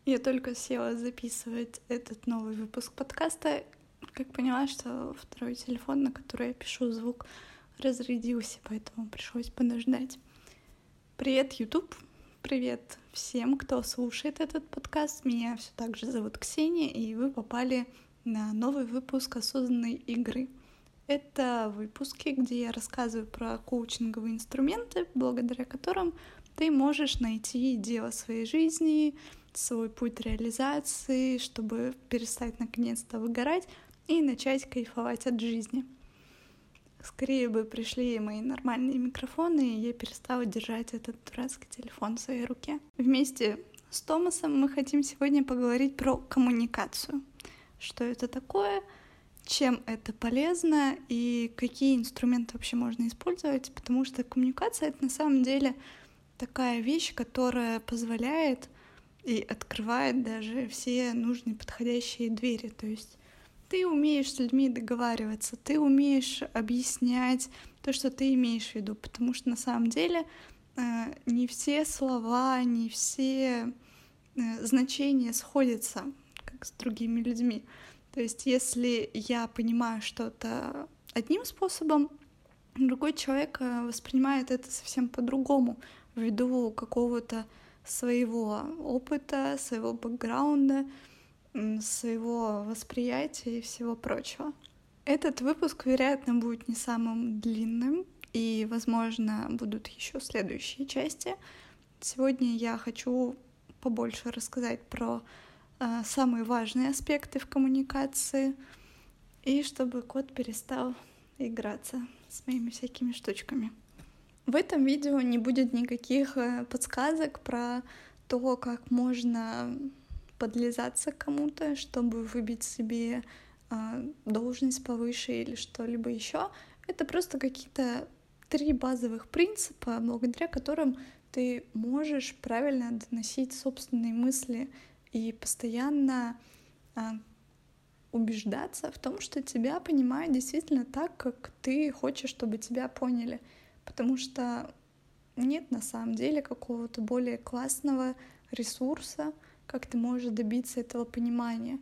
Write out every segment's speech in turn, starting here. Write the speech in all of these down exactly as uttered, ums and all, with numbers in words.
Я только села записывать этот новый выпуск подкаста, как поняла, что второй телефон, на который я пишу звук, разрядился, поэтому пришлось подождать. Привет, YouTube! Привет всем, кто слушает этот подкаст. Меня все так же зовут Ксения, и вы попали на новый выпуск осознанной игры. Это выпуски, где я рассказываю про коучинговые инструменты, благодаря которым ты можешь найти дело своей жизни, свой путь реализации, чтобы перестать наконец-то выгорать и начать кайфовать от жизни. Скорее бы пришли мои нормальные микрофоны, и я перестала держать этот дурацкий телефон в своей руке. Вместе с Томасом мы хотим сегодня поговорить про коммуникацию. Что это такое, чем это полезно и какие инструменты вообще можно использовать, потому что коммуникация — это на самом деле такая вещь, которая позволяет и открывает даже все нужные подходящие двери. То есть ты умеешь с людьми договариваться, ты умеешь объяснять то, что ты имеешь в виду, потому что на самом деле э, не все слова, не все э, значения сходятся, как с другими людьми. То есть если я понимаю что-то одним способом, другой человек воспринимает это совсем по-другому, ввиду какого-то своего опыта, своего бэкграунда, своего восприятия и всего прочего. Этот выпуск, вероятно, будет не самым длинным, и, возможно, будут еще следующие части. Сегодня я хочу побольше рассказать про э, самые важные аспекты в коммуникации, и чтобы кот перестал играться с моими всякими штучками. В этом видео не будет никаких подсказок про то, как можно подлизаться к кому-то, чтобы выбить себе должность повыше или что-либо еще. Это просто какие-то три базовых принципа, благодаря которым ты можешь правильно доносить собственные мысли и постоянно убеждаться в том, что тебя понимают действительно так, как ты хочешь, чтобы тебя поняли. Потому что нет на самом деле какого-то более классного ресурса, как ты можешь добиться этого понимания.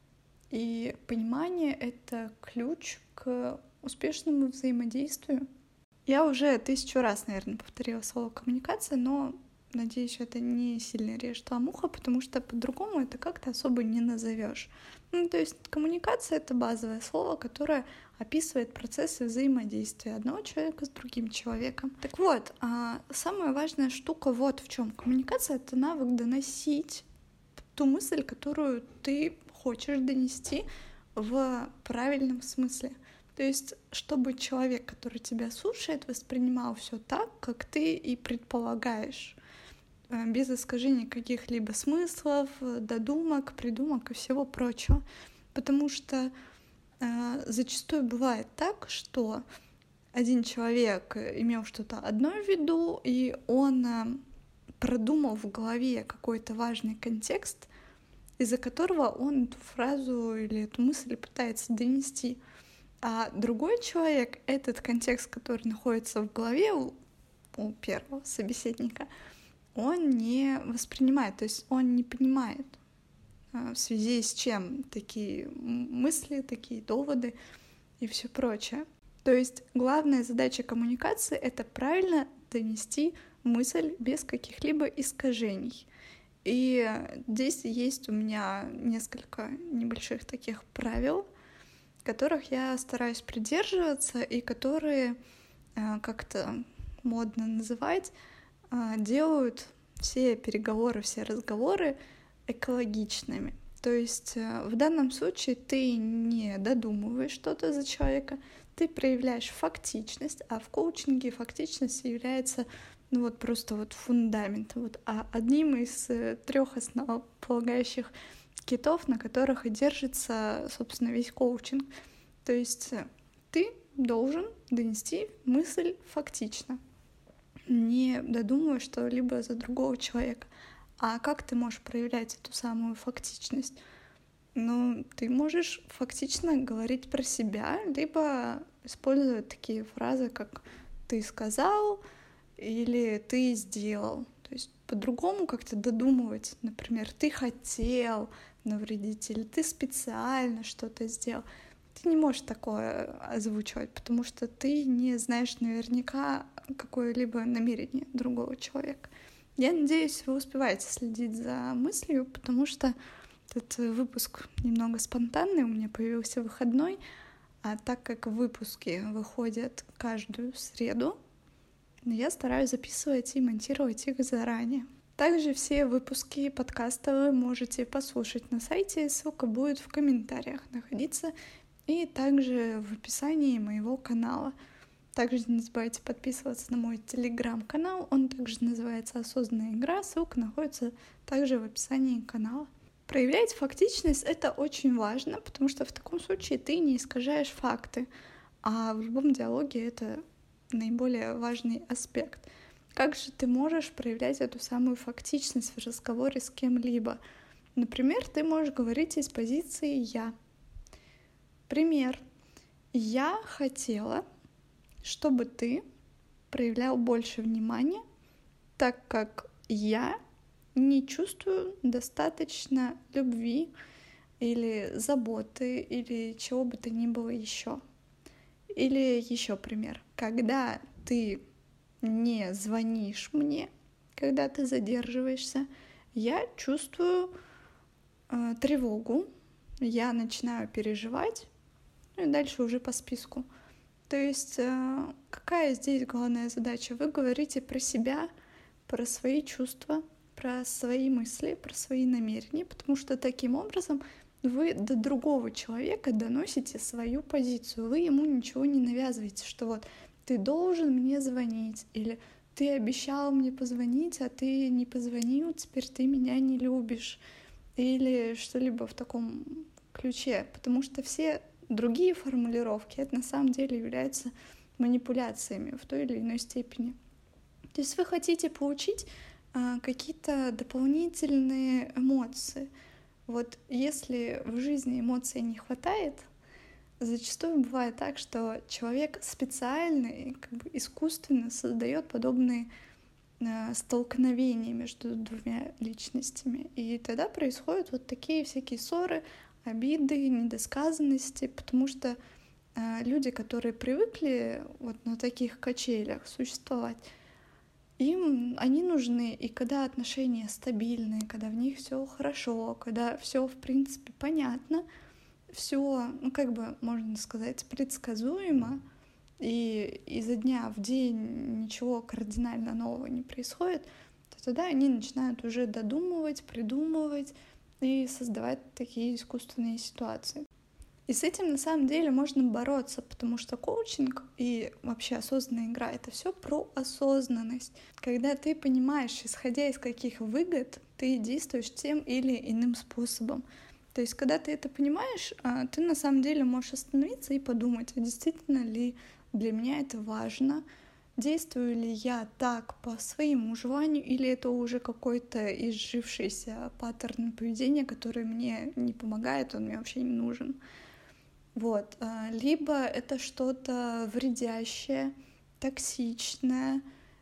И понимание — это ключ к успешному взаимодействию. Я уже тысячу раз, наверное, повторила слово «коммуникация», но, надеюсь, это не сильно режет вам ухо, потому что по-другому это как-то особо не назовешь. Ну, то есть коммуникация — это базовое слово, которое описывает процессы взаимодействия одного человека с другим человеком. Так вот, самая важная штука вот в чем. Коммуникация — это навык доносить ту мысль, которую ты хочешь донести в правильном смысле. То есть, чтобы человек, который тебя слушает, воспринимал все так, как ты и предполагаешь, без искажения каких-либо смыслов, додумок, придумок и всего прочего. Потому что э, зачастую бывает так, что один человек имел что-то одно в виду, и он э, продумал в голове какой-то важный контекст, из-за которого он эту фразу или эту мысль пытается донести. А другой человек этот контекст, который находится в голове у, у первого собеседника, он не воспринимает, то есть он не понимает, в связи с чем такие мысли, такие доводы и все прочее. То есть главная задача коммуникации — это правильно донести мысль без каких-либо искажений. И здесь есть у меня несколько небольших таких правил, которых я стараюсь придерживаться и которые как-то модно называть, делают все переговоры, все разговоры экологичными. То есть в данном случае ты не додумываешь что-то за человека, ты проявляешь фактичность, а в коучинге фактичность является ну вот просто вот фундаментом, вот, а одним из трех основополагающих китов, на которых и держится, собственно, весь коучинг. То есть ты должен донести мысль фактично, не додумывая что-либо за другого человека. А как ты можешь проявлять эту самую фактичность? Ну, ты можешь фактично говорить про себя, либо использовать такие фразы, как «ты сказал» или «ты сделал». То есть по-другому как-то додумывать. Например, ты хотел навредить или ты специально что-то сделал. Ты не можешь такое озвучивать, потому что ты не знаешь наверняка какое-либо намерение другого человека. Я надеюсь, вы успеваете следить за мыслью, потому что этот выпуск немного спонтанный, у меня появился выходной, а так как выпуски выходят каждую среду, я стараюсь записывать и монтировать их заранее. Также все выпуски подкаста вы можете послушать на сайте, ссылка будет в комментариях находиться, и также в описании моего канала. Также не забывайте подписываться на мой телеграм-канал, он также называется «Осознанная игра», ссылка находится также в описании канала. Проявлять фактичность — это очень важно, потому что в таком случае ты не искажаешь факты, а в любом диалоге это наиболее важный аспект. Как же ты можешь проявлять эту самую фактичность в разговоре с кем-либо? Например, ты можешь говорить из позиции «я». Пример. Я хотела, чтобы ты проявлял больше внимания, так как я не чувствую достаточно любви или заботы, или чего бы то ни было еще. Или еще пример. Когда ты не звонишь мне, когда ты задерживаешься, я чувствую э, тревогу, я начинаю переживать, ну и дальше уже по списку. То есть э, какая здесь главная задача? Вы говорите про себя, про свои чувства, про свои мысли, про свои намерения, потому что таким образом вы до другого человека доносите свою позицию, вы ему ничего не навязываете, что вот ты должен мне звонить, или ты обещал мне позвонить, а ты не позвонил, теперь ты меня не любишь, или что-либо в таком ключе, потому что все другие формулировки, это на самом деле являются манипуляциями в той или иной степени. То есть вы хотите получить а, какие-то дополнительные эмоции. Вот если в жизни эмоций не хватает, зачастую бывает так, что человек специально и как бы искусственно создает подобные а, столкновения между двумя личностями. И тогда происходят вот такие всякие ссоры, обиды, недосказанности, потому что э, люди, которые привыкли вот на таких качелях существовать, им они нужны, и когда отношения стабильные, когда в них все хорошо, когда все в принципе понятно, все, ну как бы можно сказать, предсказуемо, и изо дня в день ничего кардинально нового не происходит, то тогда они начинают уже додумывать, придумывать и создавать такие искусственные ситуации. И с этим на самом деле можно бороться, потому что коучинг и вообще осознанная игра — это все про осознанность. Когда ты понимаешь, исходя из каких выгод ты действуешь тем или иным способом. То есть, когда ты это понимаешь, ты на самом деле можешь остановиться и подумать, а действительно ли для меня это важно, действую ли я так по своему желанию, или это уже какой-то изжившийся паттерн поведения, который мне не помогает, он мне вообще не нужен. Вот. Либо это что-то вредящее, токсичное,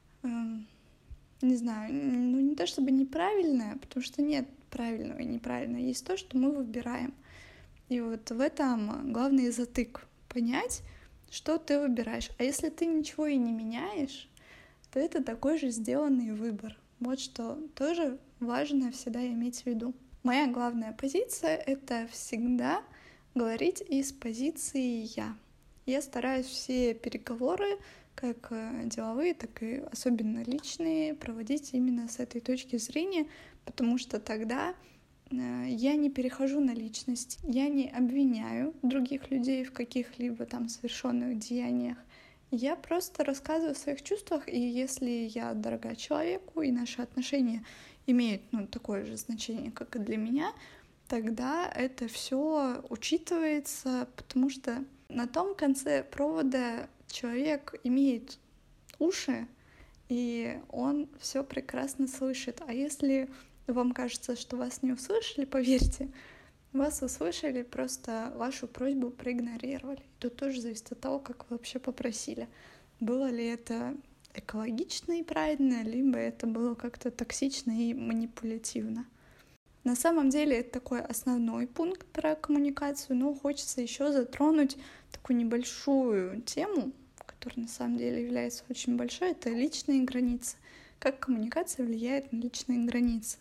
не знаю, ну не то чтобы неправильное, потому что нет правильного и неправильного, есть то, что мы выбираем. И вот в этом главный затык — понять, что ты выбираешь. А если ты ничего и не меняешь, то это такой же сделанный выбор. Вот что тоже важно всегда иметь в виду. Моя главная позиция — это всегда говорить из позиции «я». Я стараюсь все переговоры, как деловые, так и особенно личные, проводить именно с этой точки зрения, потому что тогда я не перехожу на личность, я не обвиняю других людей в каких-либо там совершенных деяниях. Я просто рассказываю о своих чувствах, и если я дорога человеку, и наши отношения имеют ну, такое же значение, как и для меня, тогда это все учитывается, потому что на том конце провода человек имеет уши, и он все прекрасно слышит. А если вам кажется, что вас не услышали, поверьте, вас услышали, просто вашу просьбу проигнорировали. Тут тоже зависит от того, как вы вообще попросили. Было ли это экологично и правильно, либо это было как-то токсично и манипулятивно. На самом деле это такой основной пункт про коммуникацию, но хочется еще затронуть такую небольшую тему, которая на самом деле является очень большой, это личные границы. Как коммуникация влияет на личные границы.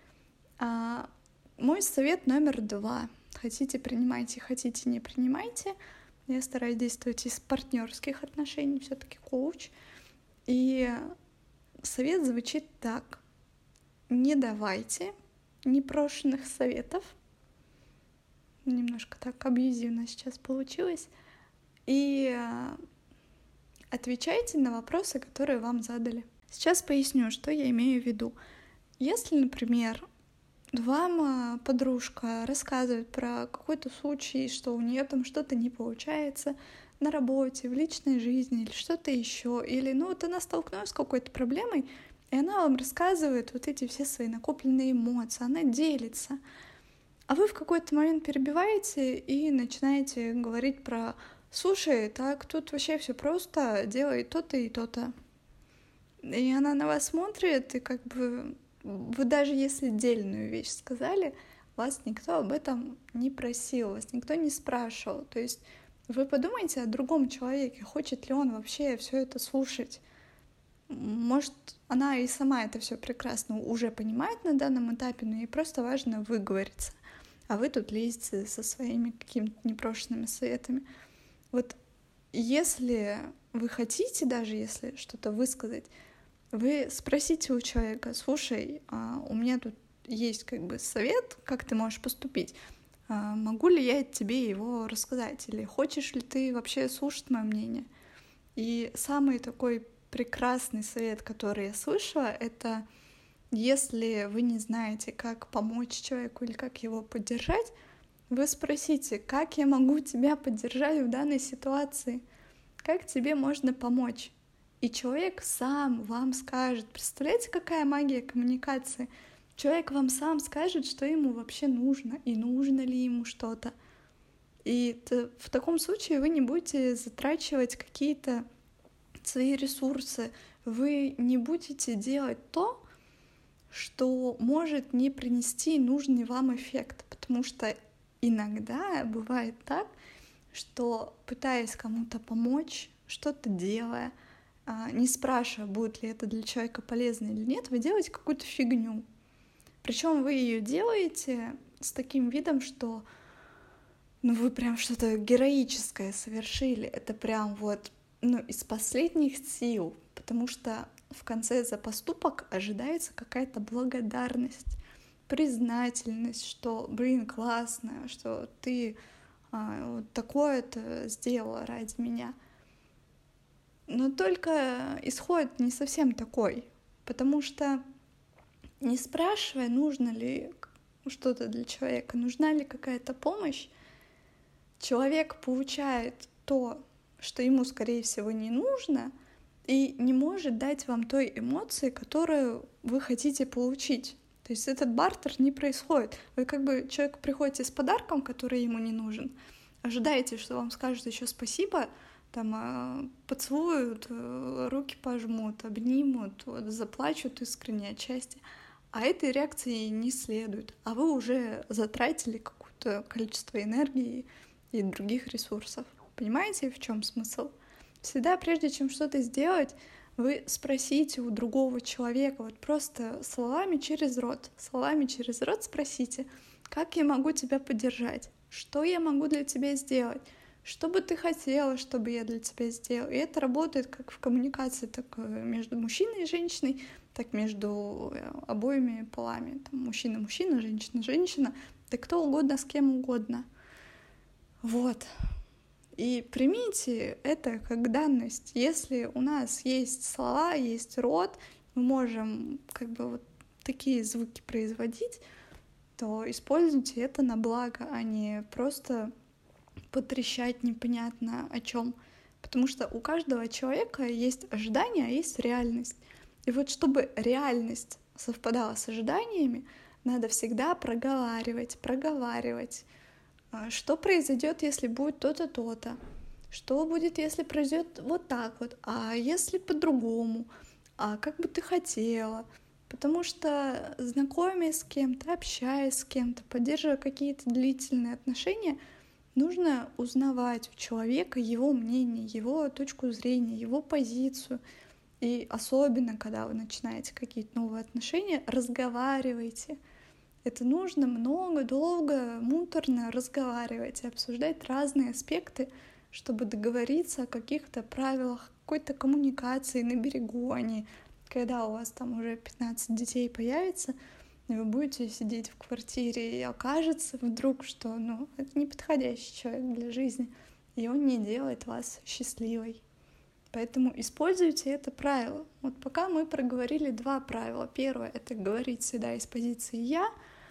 А мой совет номер два. Хотите, принимайте, хотите, не принимайте. Я стараюсь действовать из партнерских отношений, все-таки коуч. И совет звучит так. Не давайте непрошенных советов. Немножко так абьюзивно сейчас получилось. И отвечайте на вопросы, которые вам задали. Сейчас поясню, что я имею в виду. Если, например, вам подружка рассказывает про какой-то случай, что у нее там что-то не получается на работе, в личной жизни или что-то еще, или ну вот она столкнулась с какой-то проблемой, и она вам рассказывает вот эти все свои накопленные эмоции, она делится. А вы в какой-то момент перебиваете и начинаете говорить про «Слушай, так тут вообще все просто, делай то-то и то-то». И она на вас смотрит, и как бы вы даже если дельную вещь сказали, вас никто об этом не просил, вас никто не спрашивал. То есть вы подумайте о другом человеке, хочет ли он вообще все это слушать. Может, она и сама это все прекрасно уже понимает на данном этапе, но ей просто важно выговориться. А вы тут лезете со своими какими-то непрошенными советами. Вот если вы хотите, даже если что-то высказать, вы спросите у человека: слушай, а у меня тут есть как бы совет, как ты можешь поступить. А могу ли я тебе его рассказать? Или хочешь ли ты вообще слушать мое мнение? И самый такой прекрасный совет, который я слышала, это если вы не знаете, как помочь человеку или как его поддержать, вы спросите: как я могу тебя поддержать в данной ситуации? Как тебе можно помочь? И человек сам вам скажет. Представляете, какая магия коммуникации? Человек вам сам скажет, что ему вообще нужно, и нужно ли ему что-то. И в таком случае вы не будете затрачивать какие-то свои ресурсы, вы не будете делать то, что может не принести нужный вам эффект. Потому что иногда бывает так, что, пытаясь кому-то помочь, что-то делая, не спрашивая, будет ли это для человека полезно или нет, вы делаете какую-то фигню. Причем вы ее делаете с таким видом, что ну, вы прям что-то героическое совершили. Это прям вот ну, из последних сил, потому что в конце за поступок ожидается какая-то благодарность, признательность, что, блин, классно, что ты а, вот такое-то сделала ради меня. Но только исход не совсем такой, потому что не спрашивая, нужно ли что-то для человека, нужна ли какая-то помощь, человек получает то, что ему, скорее всего, не нужно, и не может дать вам той эмоции, которую вы хотите получить. То есть этот бартер не происходит. Вы как бы человеку приходите с подарком, который ему не нужен, ожидаете, что вам скажут еще спасибо, там поцелуют, руки пожмут, обнимут, вот, заплачут искренне от счастья. А этой реакции не следует. А вы уже затратили какое-то количество энергии и других ресурсов. Понимаете, в чем смысл? Всегда, прежде чем что-то сделать, вы спросите у другого человека, вот просто словами через рот, словами через рот спросите: как я могу тебя поддержать? Что я могу для тебя сделать? Что бы ты хотела, чтобы я для тебя сделала? И это работает как в коммуникации, так между мужчиной и женщиной, так между обоими полами. Там мужчина-мужчина, женщина-женщина, да кто угодно с кем угодно. Вот. И примите это как данность. Если у нас есть слова, есть рот, мы можем как бы вот такие звуки производить, то используйте это на благо, а не просто потрещать непонятно о чем. Потому что у каждого человека есть ожидания, а есть реальность. И вот чтобы реальность совпадала с ожиданиями, надо всегда проговаривать, проговаривать. Что произойдет, если будет то-то, то-то? Что будет, если произойдет вот так вот, а если по-другому, а как бы ты хотела? Потому что, знакомясь с кем-то, общаясь с кем-то, поддерживая какие-то длительные отношения, нужно узнавать у человека его мнение, его точку зрения, его позицию. И особенно, когда вы начинаете какие-то новые отношения, разговаривайте. Это нужно много, долго, муторно разговаривать и обсуждать разные аспекты, чтобы договориться о каких-то правилах какой-то коммуникации на берегу, а не когда у вас там уже пятнадцать детей появится, и вы будете сидеть в квартире, и окажется вдруг, что ну, это неподходящий человек для жизни, и он не делает вас счастливой. Поэтому используйте это правило. Вот пока мы проговорили два правила. Первое — это говорить всегда из позиции «я».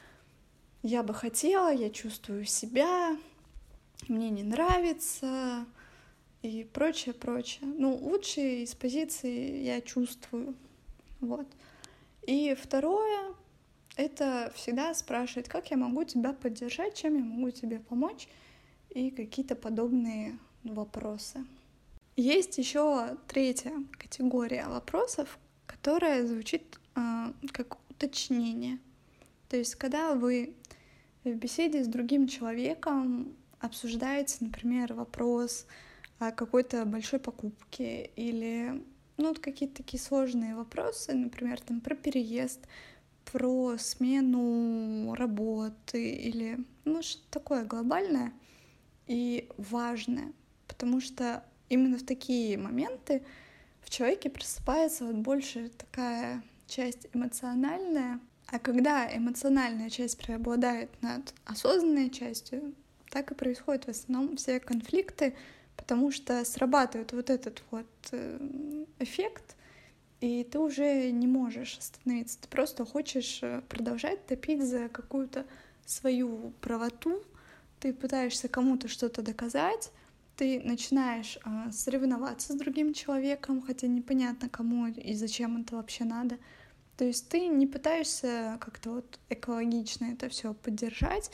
Я бы хотела, я чувствую себя, мне не нравится и прочее, прочее. Ну, лучше из позиции «я чувствую». Вот. И второе — это всегда спрашивать, как я могу тебя поддержать, чем я могу тебе помочь, и какие-то подобные вопросы. Есть еще третья категория вопросов, которая звучит э, как уточнение. То есть, когда вы в беседе с другим человеком обсуждаете, например, вопрос о какой-то большой покупке или ну, какие-то такие сложные вопросы, например, там, про переезд, про смену работы или ну, что-то такое глобальное и важное, потому что именно в такие моменты в человеке просыпается вот больше такая часть эмоциональная, а когда эмоциональная часть преобладает над осознанной частью, так и происходят в основном все конфликты, потому что срабатывает вот этот вот эффект, и ты уже не можешь остановиться. Ты просто хочешь продолжать топить за какую-то свою правоту, ты пытаешься кому-то что-то доказать, ты начинаешь э, соревноваться с другим человеком, хотя непонятно кому и зачем это вообще надо. То есть ты не пытаешься как-то вот экологично это все поддержать,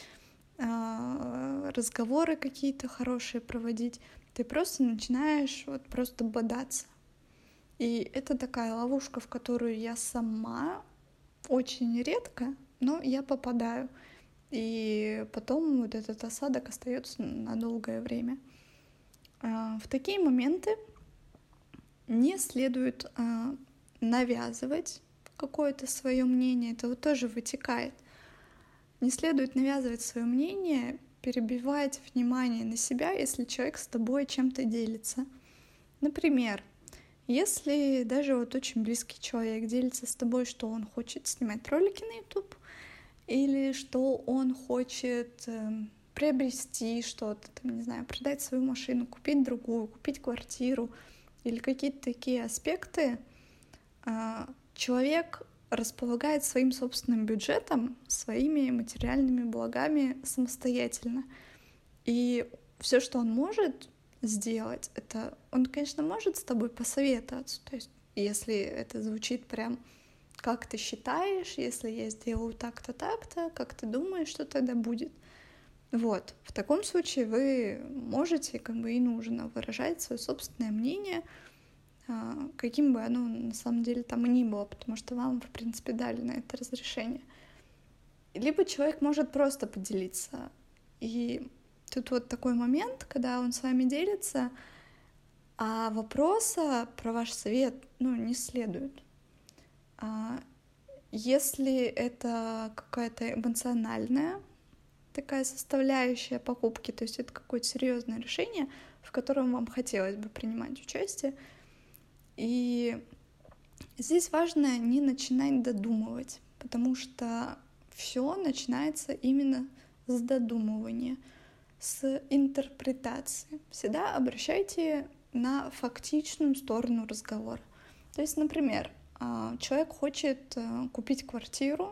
э, разговоры какие-то хорошие проводить, ты просто начинаешь вот просто бодаться. И это такая ловушка, в которую я сама очень редко, но я попадаю. И потом вот этот осадок остается на долгое время. В такие моменты не следует навязывать какое-то свое мнение, это вот тоже вытекает. Не следует навязывать свое мнение, перебивать внимание на себя, если человек с тобой чем-то делится. Например, если даже вот очень близкий человек делится с тобой, что он хочет снимать ролики на YouTube, или что он хочет э, приобрести что-то, там, не знаю, продать свою машину, купить другую, купить квартиру, или какие-то такие аспекты, э, человек располагает своим собственным бюджетом, своими материальными благами самостоятельно. И все, что он может сделать, это он, конечно, может с тобой посоветоваться. То есть, если это звучит прям как ты считаешь, если я сделаю так-то, так-то, как ты думаешь, что тогда будет. Вот. В таком случае вы можете, как бы и нужно, выражать свое собственное мнение, каким бы оно на самом деле там и ни было, потому что вам, в принципе, дали на это разрешение. Либо человек может просто поделиться. И тут вот такой момент, когда он с вами делится, а вопроса про ваш совет, ну, не следует. Если это какая-то эмоциональная такая составляющая покупки, то есть это какое-то серьезное решение, в котором вам хотелось бы принимать участие, и здесь важно не начинать додумывать, потому что все начинается именно с додумывания, с интерпретации. Всегда обращайте на фактичную сторону разговора. То есть, например, человек хочет купить квартиру,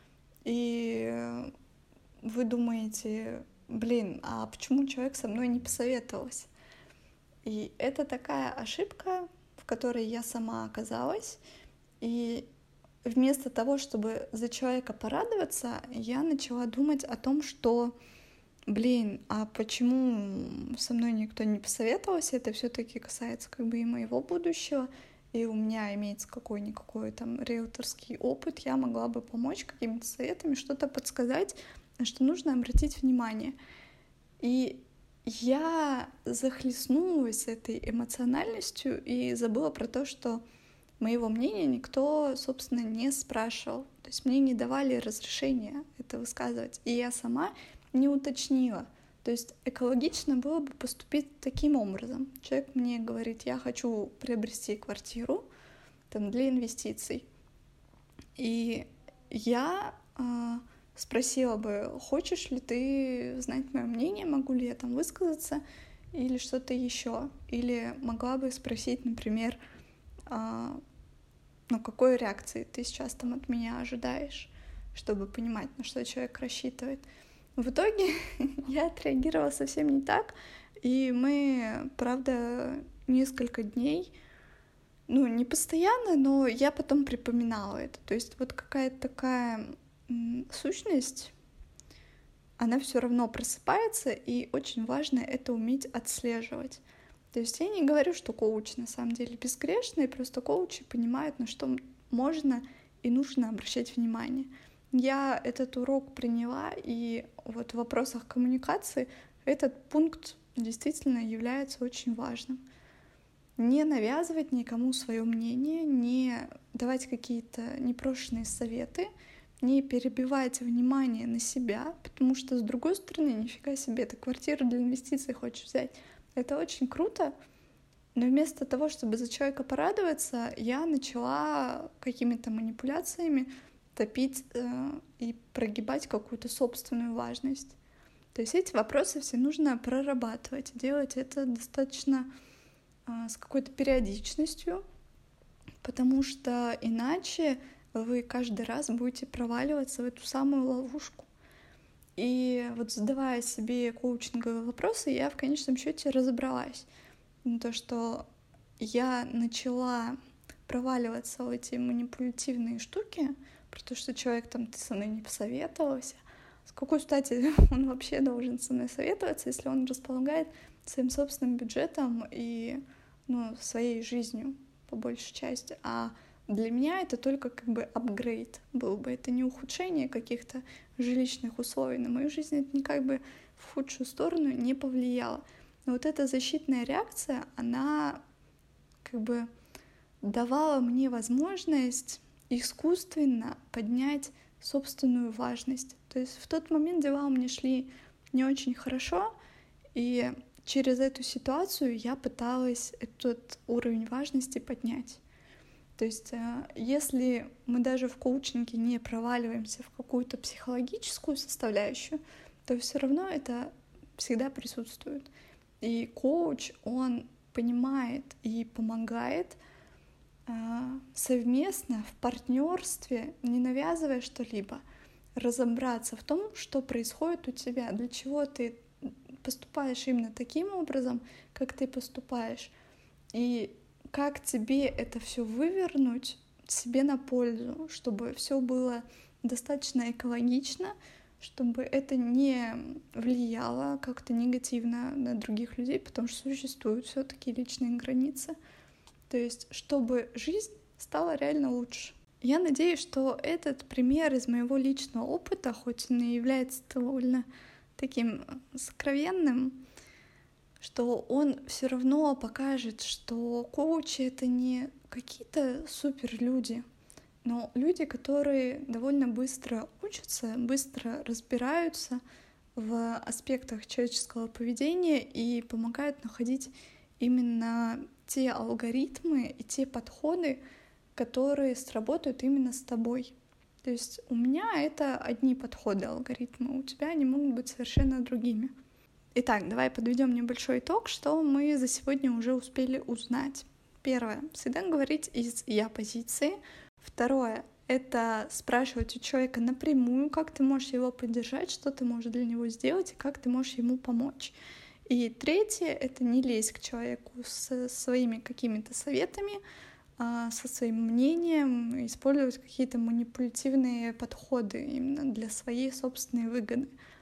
и вы думаете, блин, а почему человек со мной не посоветовался? И это такая ошибка, в которой я сама оказалась. И вместо того, чтобы за человека порадоваться, я начала думать о том, что блин, а почему со мной никто не посоветовался? Это все-таки касается как бы и моего будущего, и у меня имеется какой-никакой там риэлторский опыт, я могла бы помочь какими-то советами, что-то подсказать, на что нужно обратить внимание. И я захлестнулась этой эмоциональностью и забыла про то, что моего мнения никто, собственно, не спрашивал. То есть мне не давали разрешения это высказывать. И я сама не уточнила. То есть экологично было бы поступить таким образом. Человек мне говорит, я хочу приобрести квартиру там, для инвестиций. И я э, спросила бы, хочешь ли ты знать мое мнение, могу ли я там высказаться или что-то еще. Или могла бы спросить, например, э, ну, какой реакции ты сейчас там от меня ожидаешь, чтобы понимать, на что человек рассчитывает. В итоге я отреагировала совсем не так, и мы, правда, несколько дней, ну, не постоянно, но я потом припоминала это. То есть вот какая-то такая м, сущность, она все равно просыпается, и очень важно это уметь отслеживать. То есть я не говорю, что коуч на самом деле безгрешный, просто коучи понимают, на что можно и нужно обращать внимание. Я этот урок приняла, и вот в вопросах коммуникации этот пункт действительно является очень важным. Не навязывать никому свое мнение, не давать какие-то непрошенные советы, не перебивать внимание на себя, потому что, с другой стороны, нифига себе, ты квартиру для инвестиций хочешь взять. Это очень круто, но вместо того, чтобы за человека порадоваться, я начала какими-то манипуляциями топить э, и прогибать какую-то собственную важность. То есть эти вопросы все нужно прорабатывать, делать это достаточно э, с какой-то периодичностью, потому что иначе вы каждый раз будете проваливаться в эту самую ловушку. И вот задавая себе коучинговые вопросы, я в конечном счете разобралась. То, что я начала проваливаться в эти манипулятивные штуки, про то, что человек там, ты со мной не посоветовался. С какой стати он вообще должен со мной советоваться, если он располагает своим собственным бюджетом и ну, своей жизнью по большей части. А для меня это только как бы апгрейд был бы. Это не ухудшение каких-то жилищных условий. На мою жизнь это никак бы в худшую сторону не повлияло. Но вот эта защитная реакция, она как бы давала мне возможность искусственно поднять собственную важность. То есть в тот момент дела у меня шли не очень хорошо, и через эту ситуацию я пыталась этот уровень важности поднять. То есть если мы даже в коучинге не проваливаемся в какую-то психологическую составляющую, то все равно это всегда присутствует. И коуч, он понимает и помогает совместно, в партнерстве, не навязывая что-либо, разобраться в том, что происходит у тебя, для чего ты поступаешь именно таким образом, как ты поступаешь, и как тебе это все вывернуть себе на пользу, чтобы все было достаточно экологично, чтобы это не влияло как-то негативно на других людей, потому что существуют все-таки личные границы. То есть, чтобы жизнь стала реально лучше. Я надеюсь, что этот пример из моего личного опыта, хоть он и является довольно таким сокровенным, что он все равно покажет, что коучи — это не какие-то суперлюди, но люди, которые довольно быстро учатся, быстро разбираются в аспектах человеческого поведения и помогают находить именно те алгоритмы и те подходы, которые сработают именно с тобой. То есть у меня это одни подходы, алгоритмы, у тебя они могут быть совершенно другими. Итак, давай подведем небольшой итог, что мы за сегодня уже успели узнать. Первое. Всегда говорить из «я-позиции». Второе. Это спрашивать у человека напрямую, как ты можешь его поддержать, что ты можешь для него сделать и как ты можешь ему помочь. И третье — это не лезть к человеку со своими какими-то советами, со своим мнением, использовать какие-то манипулятивные подходы именно для своей собственной выгоды.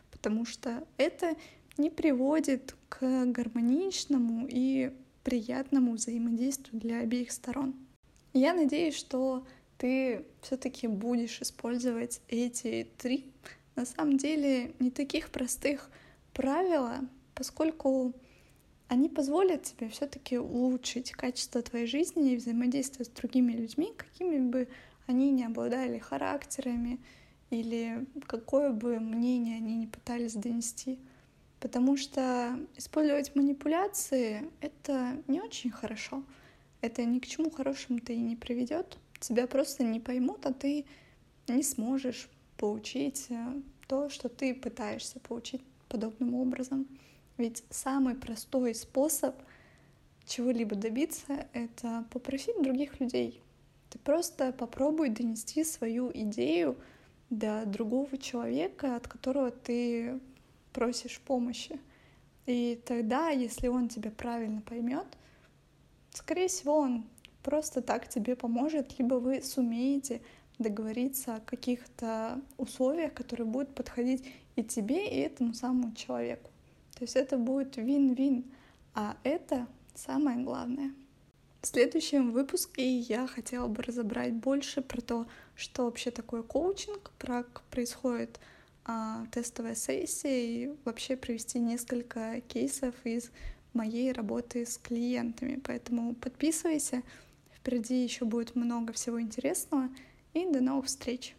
потому что это не приводит к гармоничному и приятному взаимодействию для обеих сторон. Я надеюсь, что ты все-таки будешь использовать эти три, на самом деле, не таких простых правила, поскольку они позволят тебе все-таки улучшить качество твоей жизни и взаимодействия с другими людьми, какими бы они ни обладали характерами или какое бы мнение они ни пытались донести. Потому что использовать манипуляции — это не очень хорошо. Это ни к чему хорошему-то и не приведет. Тебя просто не поймут, а ты не сможешь получить то, что ты пытаешься получить подобным образом. Ведь самый простой способ чего-либо добиться — это попросить других людей. Ты просто попробуй донести свою идею до другого человека, от которого ты просишь помощи. И тогда, если он тебя правильно поймет, скорее всего, он просто так тебе поможет, либо вы сумеете договориться о каких-то условиях, которые будут подходить и тебе, и этому самому человеку. То есть это будет вин-вин, а это самое главное. В следующем выпуске я хотела бы разобрать больше про то, что вообще такое коучинг, как происходит а, тестовая сессия, и вообще привести несколько кейсов из моей работы с клиентами. Поэтому подписывайся, впереди еще будет много всего интересного, и до новых встреч!